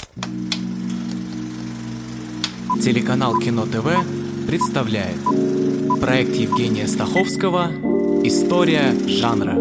Телеканал Кино ТВ представляет проект Евгения Стаховского «История жанра».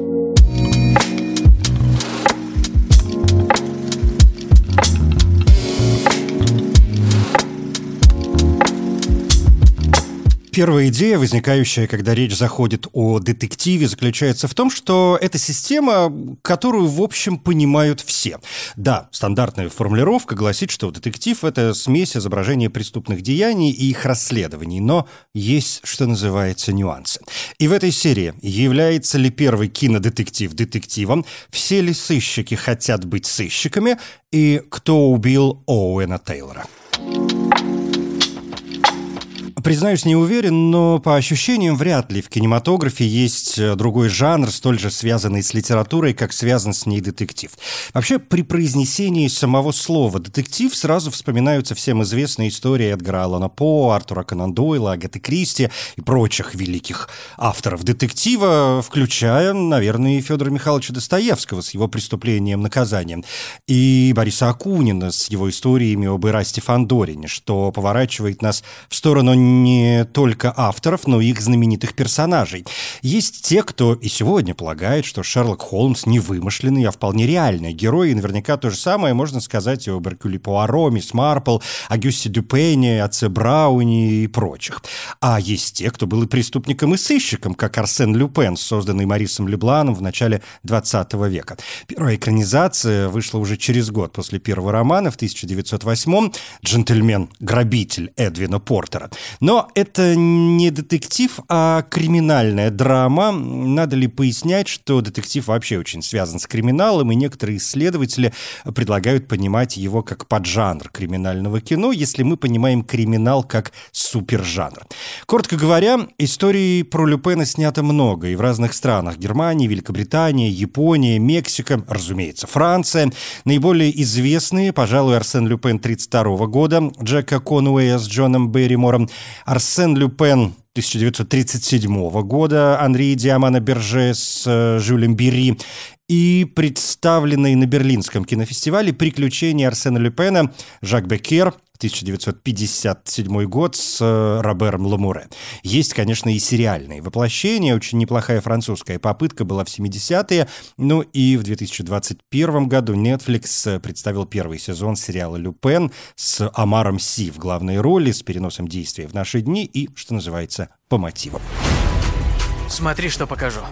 Первая идея, возникающая, когда речь заходит о детективе, заключается в том, что это система, которую, в общем, понимают все. Да, стандартная формулировка гласит, что детектив — это смесь изображения преступных деяний и их расследований, но есть, что называется, нюансы. И в этой серии является ли первый кинодетектив детективом, все ли сыщики хотят быть сыщиками и кто убил Оуэна Тейлора. Признаюсь, не уверен, но по ощущениям вряд ли в кинематографе есть другой жанр, столь же связанный с литературой, как связан с ней детектив. Вообще, при произнесении самого слова «детектив» сразу вспоминаются всем известные истории Эдгара Аллана По, Артура Конан Дойла, Агаты Кристи и прочих великих авторов детектива, включая, наверное, и Федора Михайловича Достоевского с его «Преступлением, наказанием», и Бориса Акунина с его историями об Ирасте Фандорине, что поворачивает нас в сторону не только авторов, но и их знаменитых персонажей. Есть те, кто и сегодня полагает, что Шерлок Холмс не вымышленный, а вполне реальный герой, и наверняка то же самое можно сказать и об Эркюле Пуаро, мисс Марпл, Агюсте Дюпене, отце Брауни и прочих. А есть те, кто был и преступником, и сыщиком, как Арсен Люпен, созданный Марисом Лебланом в начале 20 века. Первая экранизация вышла уже через год после первого романа в 1908-м «Джентльмен-грабитель» Эдвина Портера. Но это не детектив, а криминальная драма. Надо ли пояснять, что детектив вообще очень связан с криминалом, и некоторые исследователи предлагают понимать его как поджанр криминального кино, если мы понимаем криминал как супержанр. Коротко говоря, историй про Люпена снято много, и в разных странах: Германия, Великобритания, Япония, Мексика, разумеется, Франция. Наиболее известные, пожалуй, Арсен Люпен 1932 года, Джека Конуэя с Джоном Берримором, Арсен Люпен 1937 года, Анри Диамана Берже с Жюлем Берри и представленный на Берлинском кинофестивале «Приключения Арсена Люпена» Жак Беккер, 1957 год, с Робером Ламуре. Есть, конечно, и сериальные воплощения. Очень неплохая французская попытка была в 70-е. Ну и в 2021 году Netflix представил первый сезон сериала «Люпен» с Омаром Си в главной роли, с переносом действия в наши дни и, что называется, по мотивам. Смотри, что покажу.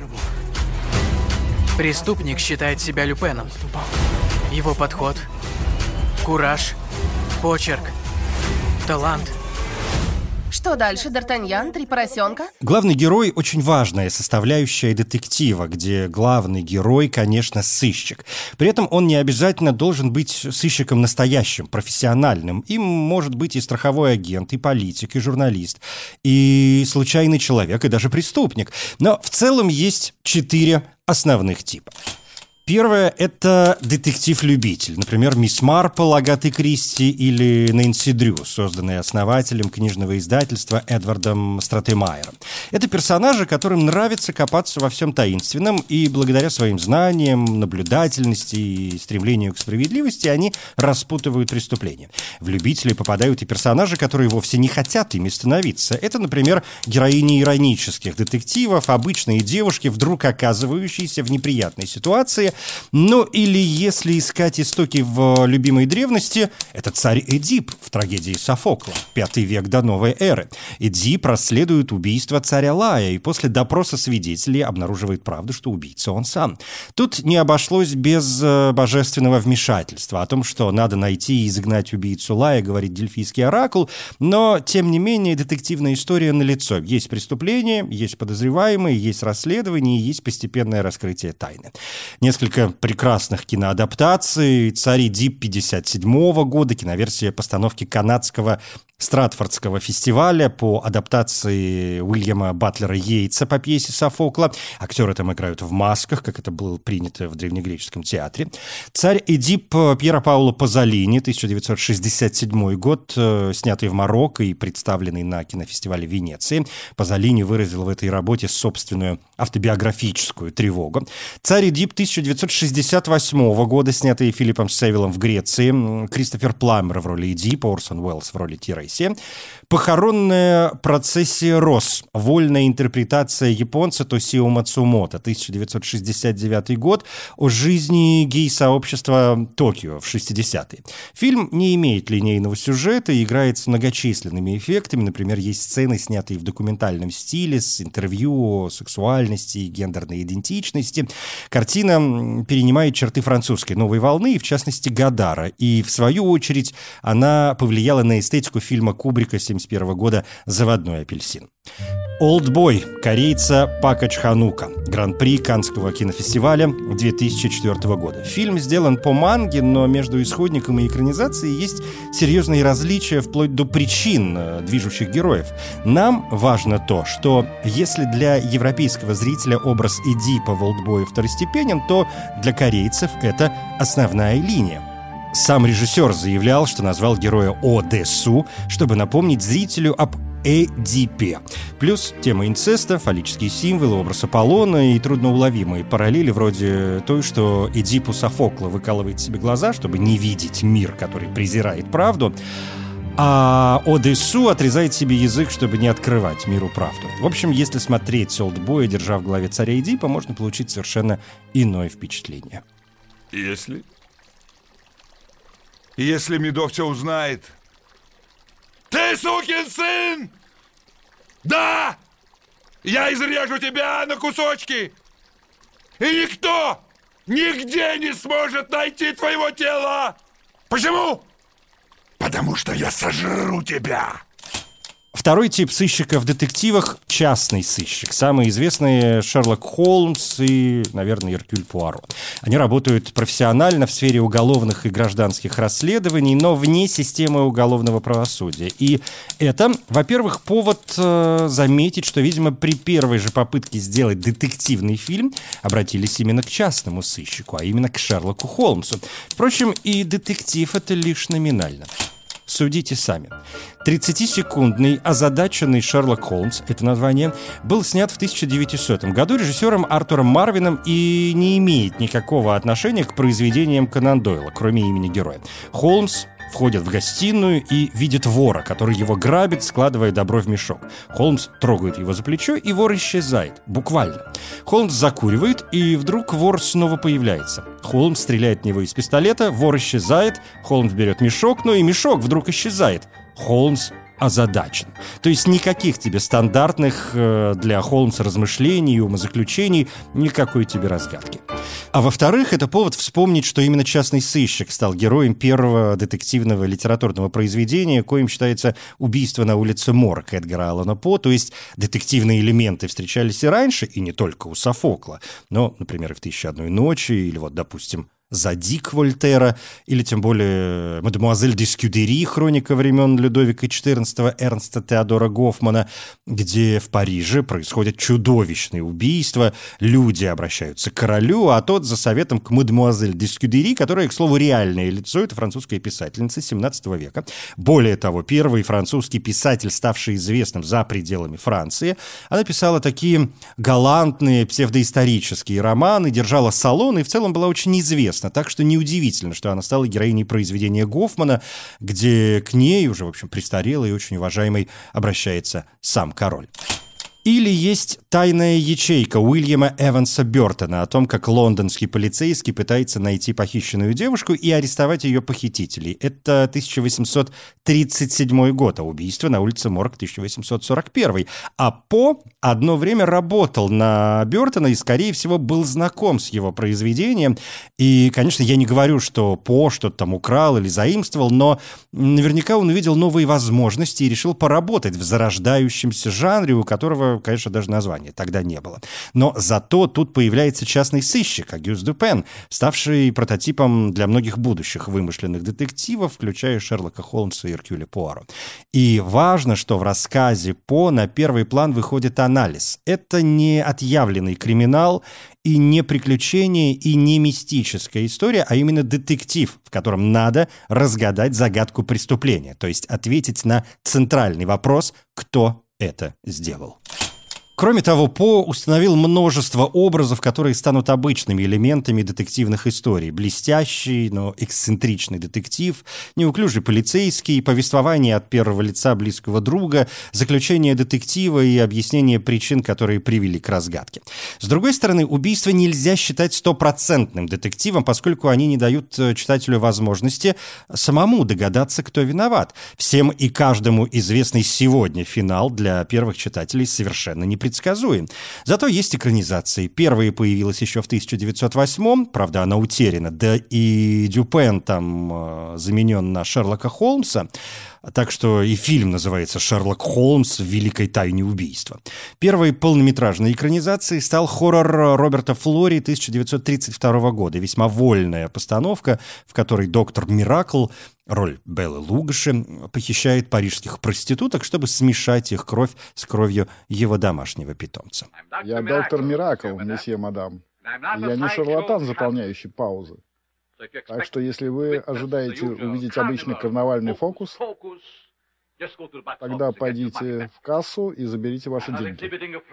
Преступник считает себя Люпеном. Его подход, кураж, почерк, талант. Что дальше, Д'Артаньян? Три поросенка? Главный герой — очень важная составляющая детектива, где главный герой, конечно, сыщик. При этом он не обязательно должен быть сыщиком настоящим, профессиональным. Им может быть и страховой агент, и политик, и журналист, и случайный человек, и даже преступник. Но в целом есть 4 основных типа. Первое — это детектив-любитель. Например, мисс Марпл Агаты Кристи или Нэнси Дрю, созданные основателем книжного издательства Эдвардом Стратемайером. Это персонажи, которым нравится копаться во всем таинственном, и благодаря своим знаниям, наблюдательности и стремлению к справедливости они распутывают преступления. В любителей попадают и персонажи, которые вовсе не хотят ими становиться. Это, например, героини иронических детективов, обычные девушки, вдруг оказывающиеся в неприятной ситуации. Ну или, если искать истоки в любимой древности, это царь Эдип в трагедии Софокла, 5 век до новой эры. Эдип расследует убийство царя Лая и после допроса свидетелей обнаруживает правду, что убийца он сам. Тут не обошлось без божественного вмешательства. О том, что надо найти и изгнать убийцу Лая, говорит дельфийский оракул, но, тем не менее, детективная история налицо. Есть преступление, есть подозреваемые, есть расследование, есть постепенное раскрытие тайны. Несколько прекрасных киноадаптаций. «Царь Эдип» 1957 года, киноверсия постановки канадского Стратфордского фестиваля по адаптации Уильяма Батлера Йейтса по пьесе Софокла. Актеры там играют в масках, как это было принято в древнегреческом театре. «Царь Эдип» Пьера Паоло Пазолини, 1967 год, снятый в Марокко и представленный на кинофестивале Венеции. Пазолини выразил в этой работе собственную автобиографическую тревогу. «Царь Эдип» 1968 года, снятый Филиппом Севиллом в Греции, Кристофер Пламмер в роли Эдипа, Орсон Уэллс в роли Тиресия. «Похоронная процессия роз», вольная интерпретация японца Тосио Мацумото, 1969 год, о жизни гей-сообщества Токио в 60-е. Фильм не имеет линейного сюжета и играет с многочисленными эффектами. Например, есть сцены, снятые в документальном стиле, с интервью о сексуальности и гендерной идентичности. Картина перенимает черты французской новой волны, и в частности Годара. И в свою очередь она повлияла на эстетику фильма Кубрика 1971 года «Заводной апельсин». «Олдбой» корейца Пака Чханука. Гран-при Каннского кинофестиваля 2004 года. Фильм сделан по манге, но между исходником и экранизацией есть серьезные различия вплоть до причин движущих героев. Нам важно то, что если для европейского зрителя образ Эдипа в «Олдбое» второстепенен, то для корейцев это основная линия. Сам режиссер заявлял, что назвал героя Одессу, чтобы напомнить зрителю об Эдипе. Плюс тема инцеста, фаллические символы, образ Аполлона и трудноуловимые параллели вроде той, что Эдип у Софокла выкалывает себе глаза, чтобы не видеть мир, который презирает правду, а Одессу отрезает себе язык, чтобы не открывать миру правду. В общем, если смотреть «Олдбоя», держа в голове царя Эдипа, можно получить совершенно иное впечатление. Если Медо все узнает... Ты сукин сын! Да! Я изрежу тебя на кусочки! И никто нигде не сможет найти твоего тела! Почему? Потому что я сожру тебя! Второй тип сыщика в детективах – частный сыщик. Самые известные – Шерлок Холмс и, наверное, Эркюль Пуаро. Они работают профессионально в сфере уголовных и гражданских расследований, но вне системы уголовного правосудия. И это, во-первых, повод заметить, что, видимо, при первой же попытке сделать детективный фильм обратились именно к частному сыщику, а именно к Шерлоку Холмсу. Впрочем, и детектив – это лишь номинально. Судите сами. 30-секундный озадаченный Шерлок Холмс, это название, был снят в 1900 году режиссером Артуром Марвином и не имеет никакого отношения к произведениям Конан Дойла, кроме имени героя. Холмс входит в гостиную и видит вора, который его грабит, складывая добро в мешок. Холмс трогает его за плечо, и вор исчезает. Буквально. Холмс закуривает, и вдруг вор снова появляется. Холмс стреляет в него из пистолета, вор исчезает, Холмс берет мешок, но и мешок вдруг исчезает. Холмс озадачен. То есть никаких тебе стандартных для Холмса размышлений и умозаключений, никакой тебе разгадки. А во-вторых, это повод вспомнить, что именно частный сыщик стал героем первого детективного литературного произведения, коим считается «Убийство на улице Морг» Эдгара Аллана По, то есть детективные элементы встречались и раньше, и не только у Софокла, но, например, и в «Тысяча одной ночи», или вот, допустим, «Задик» Вольтера, или тем более «Мадемуазель де Скюдери», хроника времен Людовика XIV Эрнста Теодора Гофмана, где в Париже происходят чудовищные убийства, люди обращаются к королю, а тот за советом к мадемуазель де Скюдери, которая, к слову, реальное лицо, это французская писательница XVII века. Более того, первый французский писатель, ставший известным за пределами Франции, она писала такие галантные псевдоисторические романы, держала салон и в целом была очень известна. Так что неудивительно, что она стала героиней произведения Гофмана, где к ней, уже, в общем, престарелой и очень уважаемой, обращается сам король. Или есть «Тайная ячейка» Уильяма Эванса Бёртона о том, как лондонский полицейский пытается найти похищенную девушку и арестовать ее похитителей. Это 1837 год, а убийство на улице Морг 1841. А По одно время работал на Бёртона и, скорее всего, был знаком с его произведением. И, конечно, я не говорю, что По что-то там украл или заимствовал, но наверняка он увидел новые возможности и решил поработать в зарождающемся жанре, у которого, конечно, даже названия тогда не было. Но зато тут появляется частный сыщик Агюст Дюпен, ставший прототипом для многих будущих вымышленных детективов, включая Шерлока Холмса и Эркюля Пуаро. И важно, что в рассказе По на первый план выходит анализ. Это не отъявленный криминал и не приключение, и не мистическая история, а именно детектив, в котором надо разгадать загадку преступления, то есть ответить на центральный вопрос, кто это сделал. Кроме того, По установил множество образов, которые станут обычными элементами детективных историй. Блестящий, но эксцентричный детектив, неуклюжий полицейский, повествование от первого лица близкого друга, заключение детектива и объяснение причин, которые привели к разгадке. С другой стороны, убийство нельзя считать стопроцентным детективом, поскольку они не дают читателю возможности самому догадаться, кто виноват. Всем и каждому известный сегодня финал для первых читателей совершенно непредсказуем. Зато есть экранизации. Первая появилась еще в 1908-м, правда, она утеряна, да и Дюпен там заменен на Шерлока Холмса, так что и фильм называется «Шерлок Холмс в великой тайне убийства». Первой полнометражной экранизацией стал хоррор Роберта Флори 1932 года. Весьма вольная постановка, в которой доктор Миракл, роль Беллы Лугаши, похищает парижских проституток, чтобы смешать их кровь с кровью его домашнего питомца. Я доктор Миракл, месье мадам. Я не шарлатан, заполняющий паузы. Так что, если вы ожидаете увидеть обычный карнавальный фокус, тогда пойдите в кассу и заберите ваши деньги.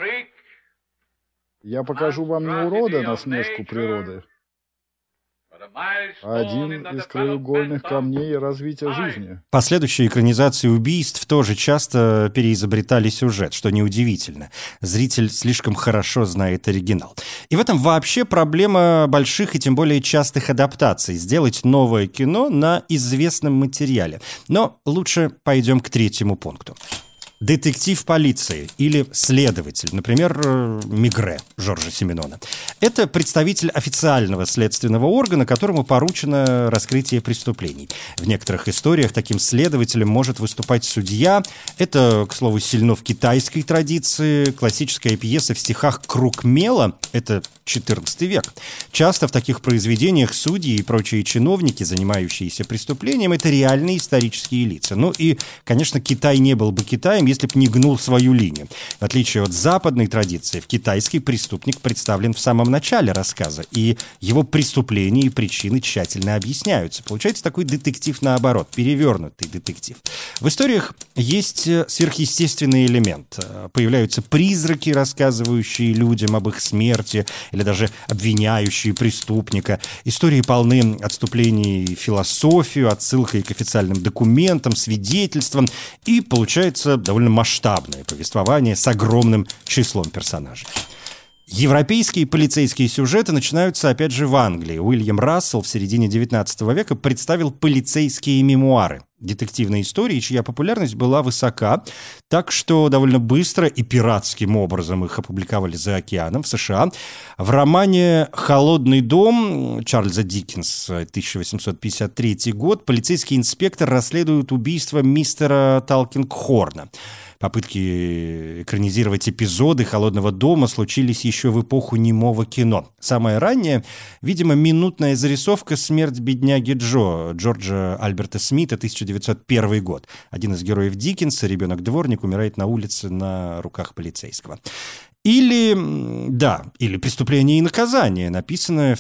Я покажу вам не урода, насмешку природы, а один из краеугольных камней развития жизни. Последующие экранизации убийств тоже часто переизобретали сюжет, что неудивительно. Зритель слишком хорошо знает оригинал. И в этом вообще проблема больших и тем более частых адаптаций. Сделать новое кино на известном материале. Но лучше пойдем к третьему пункту. Детектив полиции или следователь, например, Мегре Жоржа Сименона. Это представитель официального следственного органа, которому поручено раскрытие преступлений. В некоторых историях таким следователем может выступать судья. Это, к слову, сильно в китайской традиции. Классическая пьеса в стихах «Круг мела» — это XIV век. Часто в таких произведениях судьи и прочие чиновники, занимающиеся преступлением, это реальные исторические лица. Ну и, конечно, Китай не был бы Китаем, если бы не гнул свою линию. В отличие от западной традиции, в китайской преступник представлен в самом начале рассказа, и его преступления и причины тщательно объясняются. Получается такой детектив наоборот, перевернутый детектив. В историях есть сверхъестественный элемент. Появляются призраки, рассказывающие людям об их смерти, или даже обвиняющие преступника. Истории полны отступлений в философию, отсылкой к официальным документам, свидетельствам, и получается довольно масштабное повествование с огромным числом персонажей. Европейские полицейские сюжеты начинаются, опять же, в Англии. Уильям Рассел в середине XIX века представил полицейские мемуары. Детективные истории, чья популярность была высока, так что довольно быстро и пиратским образом их опубликовали за океаном в США. В романе «Холодный дом» Чарльза Диккенса, 1853 год, полицейский инспектор расследует убийство мистера Талкингхорна. Попытки экранизировать эпизоды «Холодного дома» случились еще в эпоху немого кино. Самое раннее, видимо, минутная зарисовка «Смерть бедняги Джо» Джорджа Альберта Смита, 1901 год. Один из героев Диккенса, ребенок-дворник, умирает на улице на руках полицейского. Или «Преступление и наказание», написанное в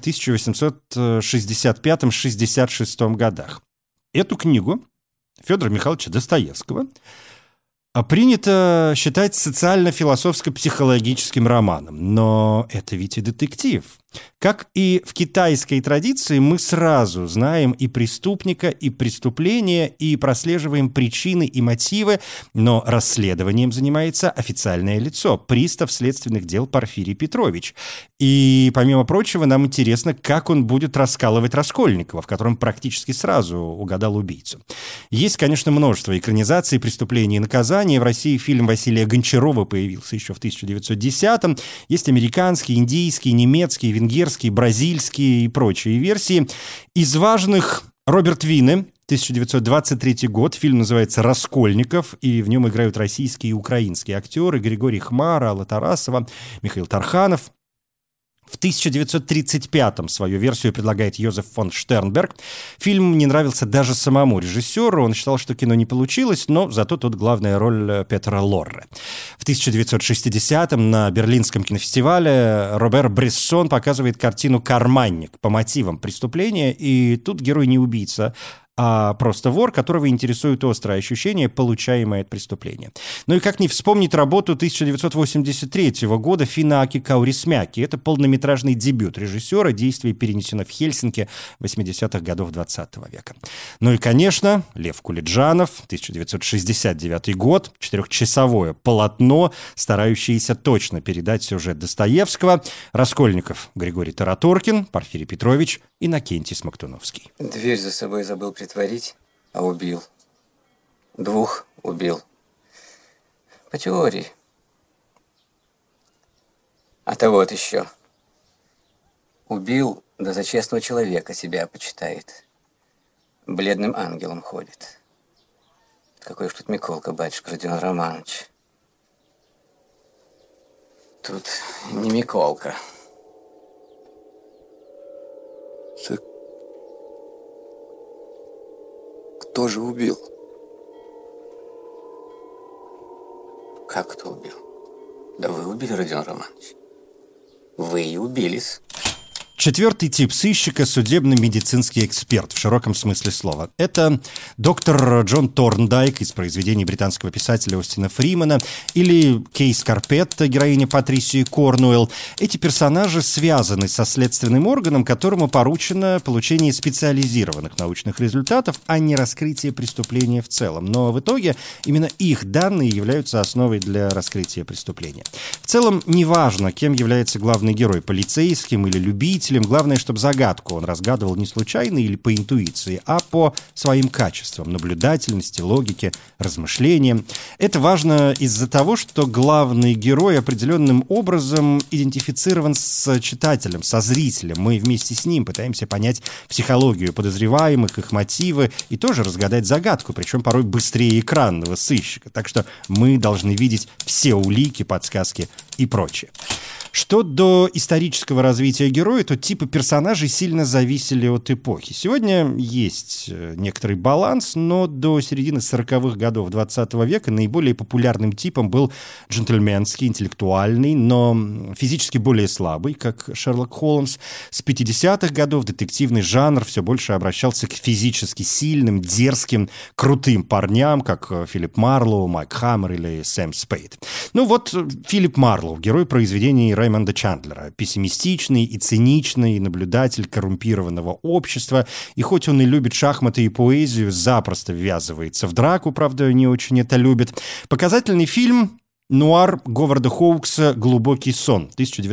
1865-66 годах. Эту книгу Федора Михайловича Достоевского принято считать социально-философско-психологическим романом. Но это ведь и детектив. Как и в китайской традиции, мы сразу знаем и преступника, и преступление, и прослеживаем причины и мотивы, но расследованием занимается официальное лицо, пристав следственных дел Порфирий Петрович. И, помимо прочего, нам интересно, как он будет раскалывать Раскольникова, в котором практически сразу угадал убийцу. Есть, конечно, множество экранизаций «Преступления и наказания». В России фильм Василия Гончарова появился еще в 1910-м. Есть американские, индийские, немецкие, венгерские, бразильские и прочие версии. Из важных Роберт Вине, 1923 год. Фильм называется «Раскольников», и в нем играют российские и украинские актеры Григорий Хмар, Алла Тарасова, Михаил Тарханов. В 1935-м свою версию предлагает Йозеф фон Штернберг. Фильм не нравился даже самому режиссеру. Он считал, что кино не получилось, но зато тут главная роль Петера Лорре. В 1960-м на Берлинском кинофестивале Робер Брессон показывает картину «Карманник» по мотивам преступления, и тут герой не убийца, а просто вор, которого интересует острое ощущение, получаемое от преступления. Ну и как не вспомнить работу 1983 года Финааки Каурисмяки. Это полнометражный дебют режиссера, действие перенесено в Хельсинки 80-х годов 20 века. Ну и, конечно, Лев Кулиджанов, 1969 год, 4-часовое полотно, старающееся точно передать сюжет Достоевского, Раскольников Григорий Тараторкин, Порфирий Петрович, Иннокентий Смоктуновский. Дверь за собой забыл притворить, а убил. 2 убил. По теории. А-то вот еще. Убил, да за честного человека себя почитает. Бледным ангелом ходит. Какой ж тут Миколка, батюшка Родион Романович. Тут не Миколка. Так кто же убил? Как кто убил? Да вы убили, Родион Романович. Вы и убились. 4-й тип сыщика – судебно-медицинский эксперт в широком смысле слова. Это доктор Джон Торндайк из произведений британского писателя Остина Фримена или Кей Скарпетта, героиня Патрисии Корнуэлл. Эти персонажи связаны со следственным органом, которому поручено получение специализированных научных результатов, а не раскрытие преступления в целом. Но в итоге именно их данные являются основой для раскрытия преступления. В целом, неважно, кем является главный герой – полицейским или любителем. Главное, чтобы загадку он разгадывал не случайно или по интуиции, а по своим качествам – наблюдательности, логике, размышлениям. Это важно из-за того, что главный герой определенным образом идентифицирован с читателем, со зрителем. Мы вместе с ним пытаемся понять психологию подозреваемых, их мотивы и тоже разгадать загадку, причем порой быстрее экранного сыщика. Так что мы должны видеть все улики, подсказки и прочее. Что до исторического развития героя, то типы персонажей сильно зависели от эпохи. Сегодня есть некоторый баланс, но до середины 40-х годов 20 века наиболее популярным типом был джентльменский, интеллектуальный, но физически более слабый, как Шерлок Холмс. С 50-х годов детективный жанр все больше обращался к физически сильным, дерзким, крутым парням, как Филипп Марлоу, Майк Хаммер или Сэм Спейд. Ну вот Филипп Марлоу, герой произведений Реймонда Чандлера, пессимистичный и циничный наблюдатель коррумпированного общества, и хоть он и любит шахматы и поэзию, запросто ввязывается в драку, правда, не очень это любит. Показательный фильм «Нуар» Говарда Хоукса «Глубокий сон»,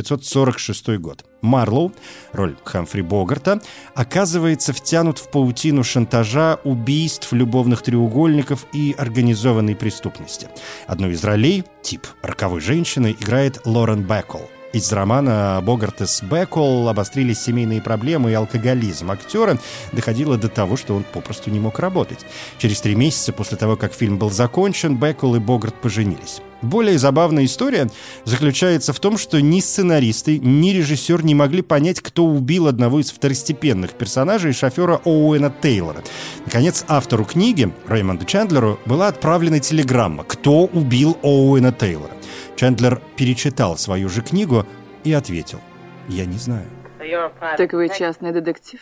1946 год. Марлоу, роль Хамфри Богарта, оказывается втянут в паутину шантажа, убийств, любовных треугольников и организованной преступности. Одну из ролей, тип роковой женщины, играет Лорен Бэккол. Из романа Богарта с Бэккол обострились семейные проблемы и алкоголизм актера. Доходило до того, что он попросту не мог работать. Через 3 месяца после того, как фильм был закончен, Бэккол и Богарт поженились. Более забавная история заключается в том, что ни сценаристы, ни режиссер не могли понять, кто убил одного из второстепенных персонажей, шофера Оуэна Тейлора. Наконец, автору книги, Реймонду Чандлеру, была отправлена телеграмма «Кто убил Оуэна Тейлора?». Чандлер перечитал свою же книгу и ответил: «Я не знаю». Так вы частный детектив?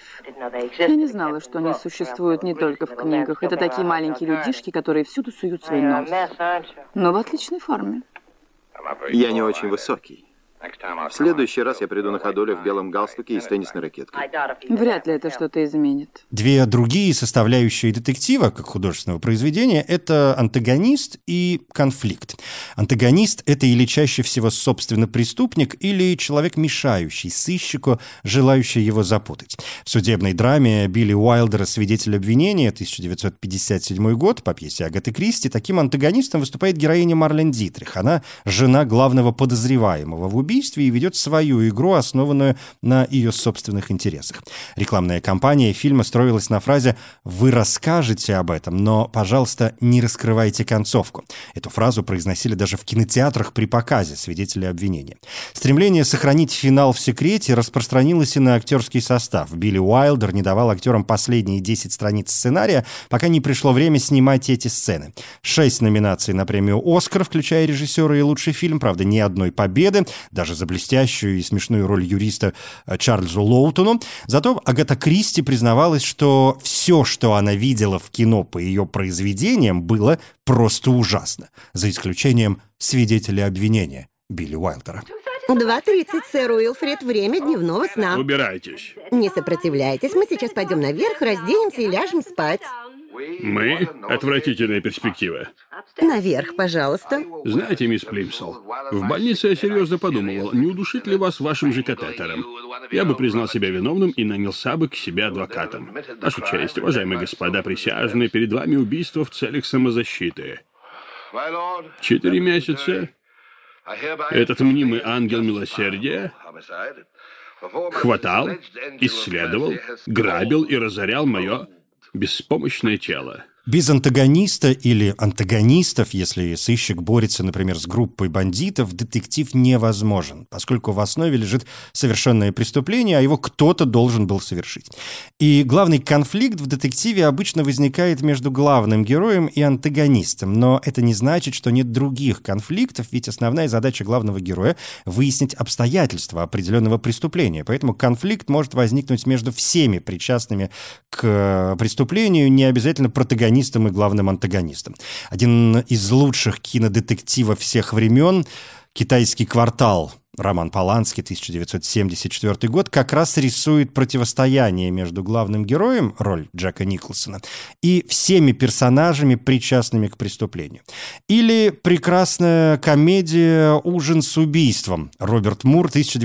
Я не знала, что они существуют не только в книгах. Это такие маленькие людишки, которые всюду суют свой нос. Но в отличной форме. Я не очень высокий. В следующий раз я приду на ходулях в белом галстуке и с теннисной ракеткой. Вряд ли это что-то изменит. 2 другие составляющие детектива, как художественного произведения, это антагонист и конфликт. Антагонист — это или чаще всего, собственно, преступник, или человек, мешающий сыщику, желающий его запутать. В судебной драме Билли Уайлдера «Свидетель обвинения», 1957 год, по пьесе Агаты Кристи, таким антагонистом выступает героиня Марлен Дитрих. Она жена главного подозреваемого в убийстве и ведет свою игру, основанную на ее собственных интересах. Рекламная кампания фильма строилась на фразе «Вы расскажете об этом, но, пожалуйста, не раскрывайте концовку». Эту фразу произносили даже в кинотеатрах при показе «Свидетеля обвинения». Стремление сохранить финал в секрете распространилось и на актерский состав. Билли Уайлдер не давал актерам последние 10 страниц сценария, пока не пришло время снимать эти сцены. 6 номинаций на премию «Оскар», включая режиссера и лучший фильм, правда, ни одной победы. даже за блестящую и смешную роль юриста Чарльзу Лоутону. Зато Агата Кристи признавалась, что все, что она видела в кино по ее произведениям, было просто ужасно, за исключением свидетеля обвинения Билли Уайлдера. 2:30, сэр Уилфред, время дневного сна. Убирайтесь. Не сопротивляйтесь, мы сейчас пойдем наверх, разденемся и ляжем спать. Мы? Отвратительная перспектива. Наверх, пожалуйста. Знаете, мисс Плимсел, в больнице я серьезно подумывал, не удушит ли вас вашим же катетером. Я бы признал себя виновным и нанялся бы к себе адвокатом. Ваша честь, уважаемые господа присяжные, перед вами убийство в целях самозащиты. 4 месяца. Этот мнимый ангел милосердия хватал, исследовал, грабил и разорял мое беспомощное тело. Без антагониста или антагонистов, если сыщик борется, например, с группой бандитов, детектив невозможен, поскольку в основе лежит совершенное преступление, а его кто-то должен был совершить. И главный конфликт в детективе обычно возникает между главным героем и антагонистом, но это не значит, что нет других конфликтов, ведь основная задача главного героя — выяснить обстоятельства определенного преступления, поэтому конфликт может возникнуть между всеми причастными к преступлению, не обязательно протагонистом и главным антагонистом. Один из лучших кинодетективов всех времен, «Китайский квартал», Роман Полански, 1974 год, как раз рисует противостояние между главным героем, роль Джека Николсона, и всеми персонажами, причастными к преступлению. Или прекрасная комедия «Ужин с убийством», Роберт Мур,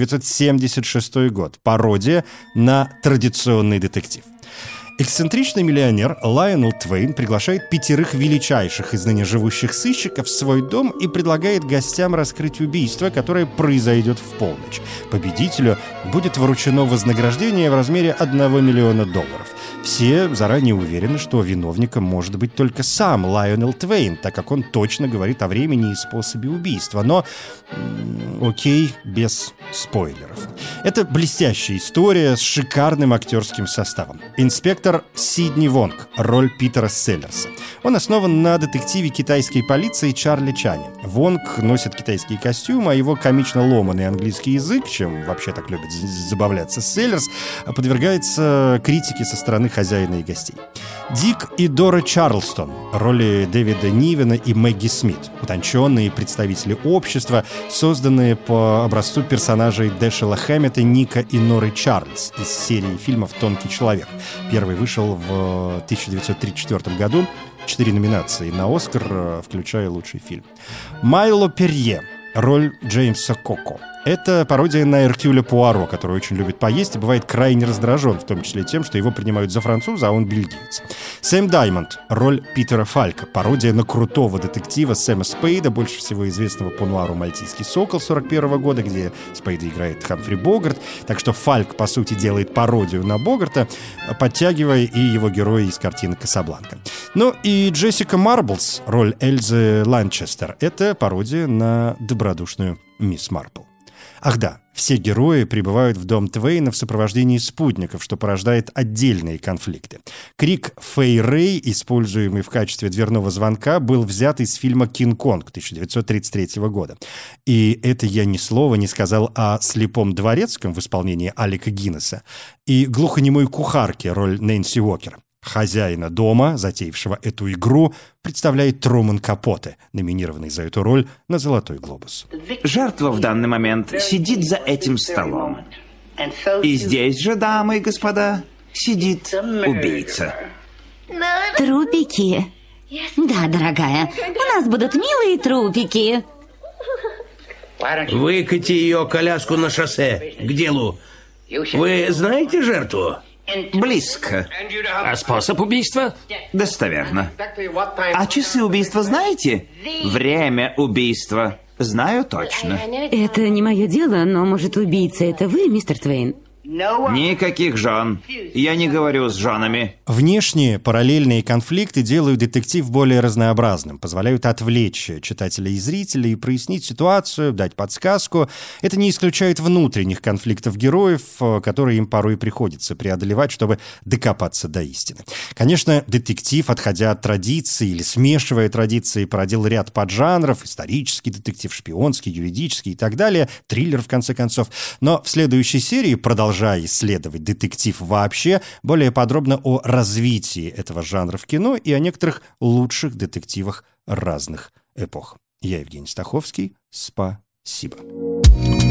1976 год, пародия на традиционный детектив. Эксцентричный миллионер Лайонел Твейн приглашает 5 величайших из ныне живущих сыщиков в свой дом и предлагает гостям раскрыть убийство, которое произойдет в полночь. Победителю будет вручено вознаграждение в размере $1 миллиона. Все заранее уверены, что виновником может быть только сам Лайонел Твейн, так как он точно говорит о времени и способе убийства. Но, окей, без спойлеров. Это блестящая история с шикарным актерским составом. Инспектор Сидни Вонг, роль Питера Селлерса. Он основан на детективе китайской полиции Чарли Чане. Вонг носит китайский костюм, а его комично ломаный английский язык, чем вообще так любит забавляться Селлерс, подвергается критике со стороны хозяина и гостей. Дик и Дора Чарлстон, роли Дэвида Нивена и Мэгги Смит, утонченные представители общества, созданные по образцу персонажей Дэшела Хэммета, Ника и Норы Чарльз из серии фильмов «Тонкий человек». Первый вышел в 1934 году. 4 номинации на «Оскар», включая лучший фильм. Майло Перье, роль Джеймса Коко. Это пародия на Эркюля Пуаро, который очень любит поесть и бывает крайне раздражен, в том числе тем, что его принимают за француза, а он бельгиец. Сэм Даймонд, роль Питера Фалька, пародия на крутого детектива Сэма Спейда, больше всего известного по нуару «Мальтийский сокол» 1941 года, где Спейда играет Хамфри Богарт. Так что Фальк, по сути, делает пародию на Богарта, подтягивая и его героя из картины «Касабланка». Ну и Джессика Марблс, роль Эльзы Ланчестер, это пародия на добродушную мисс Марпл. Ах да, все герои прибывают в дом Твейна в сопровождении спутников, что порождает отдельные конфликты. Крик Фэй Рэй, используемый в качестве дверного звонка, был взят из фильма «Кинг-Конг» 1933 года. И это я ни слова не сказал о слепом дворецком в исполнении Алека Гиннесса и глухонемой кухарке, роль Нэнси Уокер. Хозяина дома, затеявшего эту игру, представляет Труман Капоте, номинированный за эту роль на «Золотой глобус». Жертва в данный момент сидит за этим столом. И здесь же, дамы и господа, сидит убийца. Трупики. Да, дорогая, у нас будут милые трупики. Выкати ее коляску на шоссе. К делу. Вы знаете жертву? Близко. А способ убийства? Достоверно. А часы убийства знаете? Время убийства. Знаю точно. Это не мое дело, но, может, убийца — это вы, мистер Твейн? Никаких жен. Я не говорю с женами. Внешние параллельные конфликты делают детектив более разнообразным, позволяют отвлечь читателя и зрителя и прояснить ситуацию, дать подсказку. Это не исключает внутренних конфликтов героев, которые им порой приходится преодолевать, чтобы докопаться до истины. Конечно, детектив, отходя от традиции или смешивая традиции, породил ряд поджанров: исторический детектив, шпионский, юридический и так далее, триллер, в конце концов. Но в следующей серии, продолжая исследовать детектив вообще, более подробно о развитии этого жанра в кино и о некоторых лучших детективах разных эпох. Я Евгений Стаховский. Спасибо.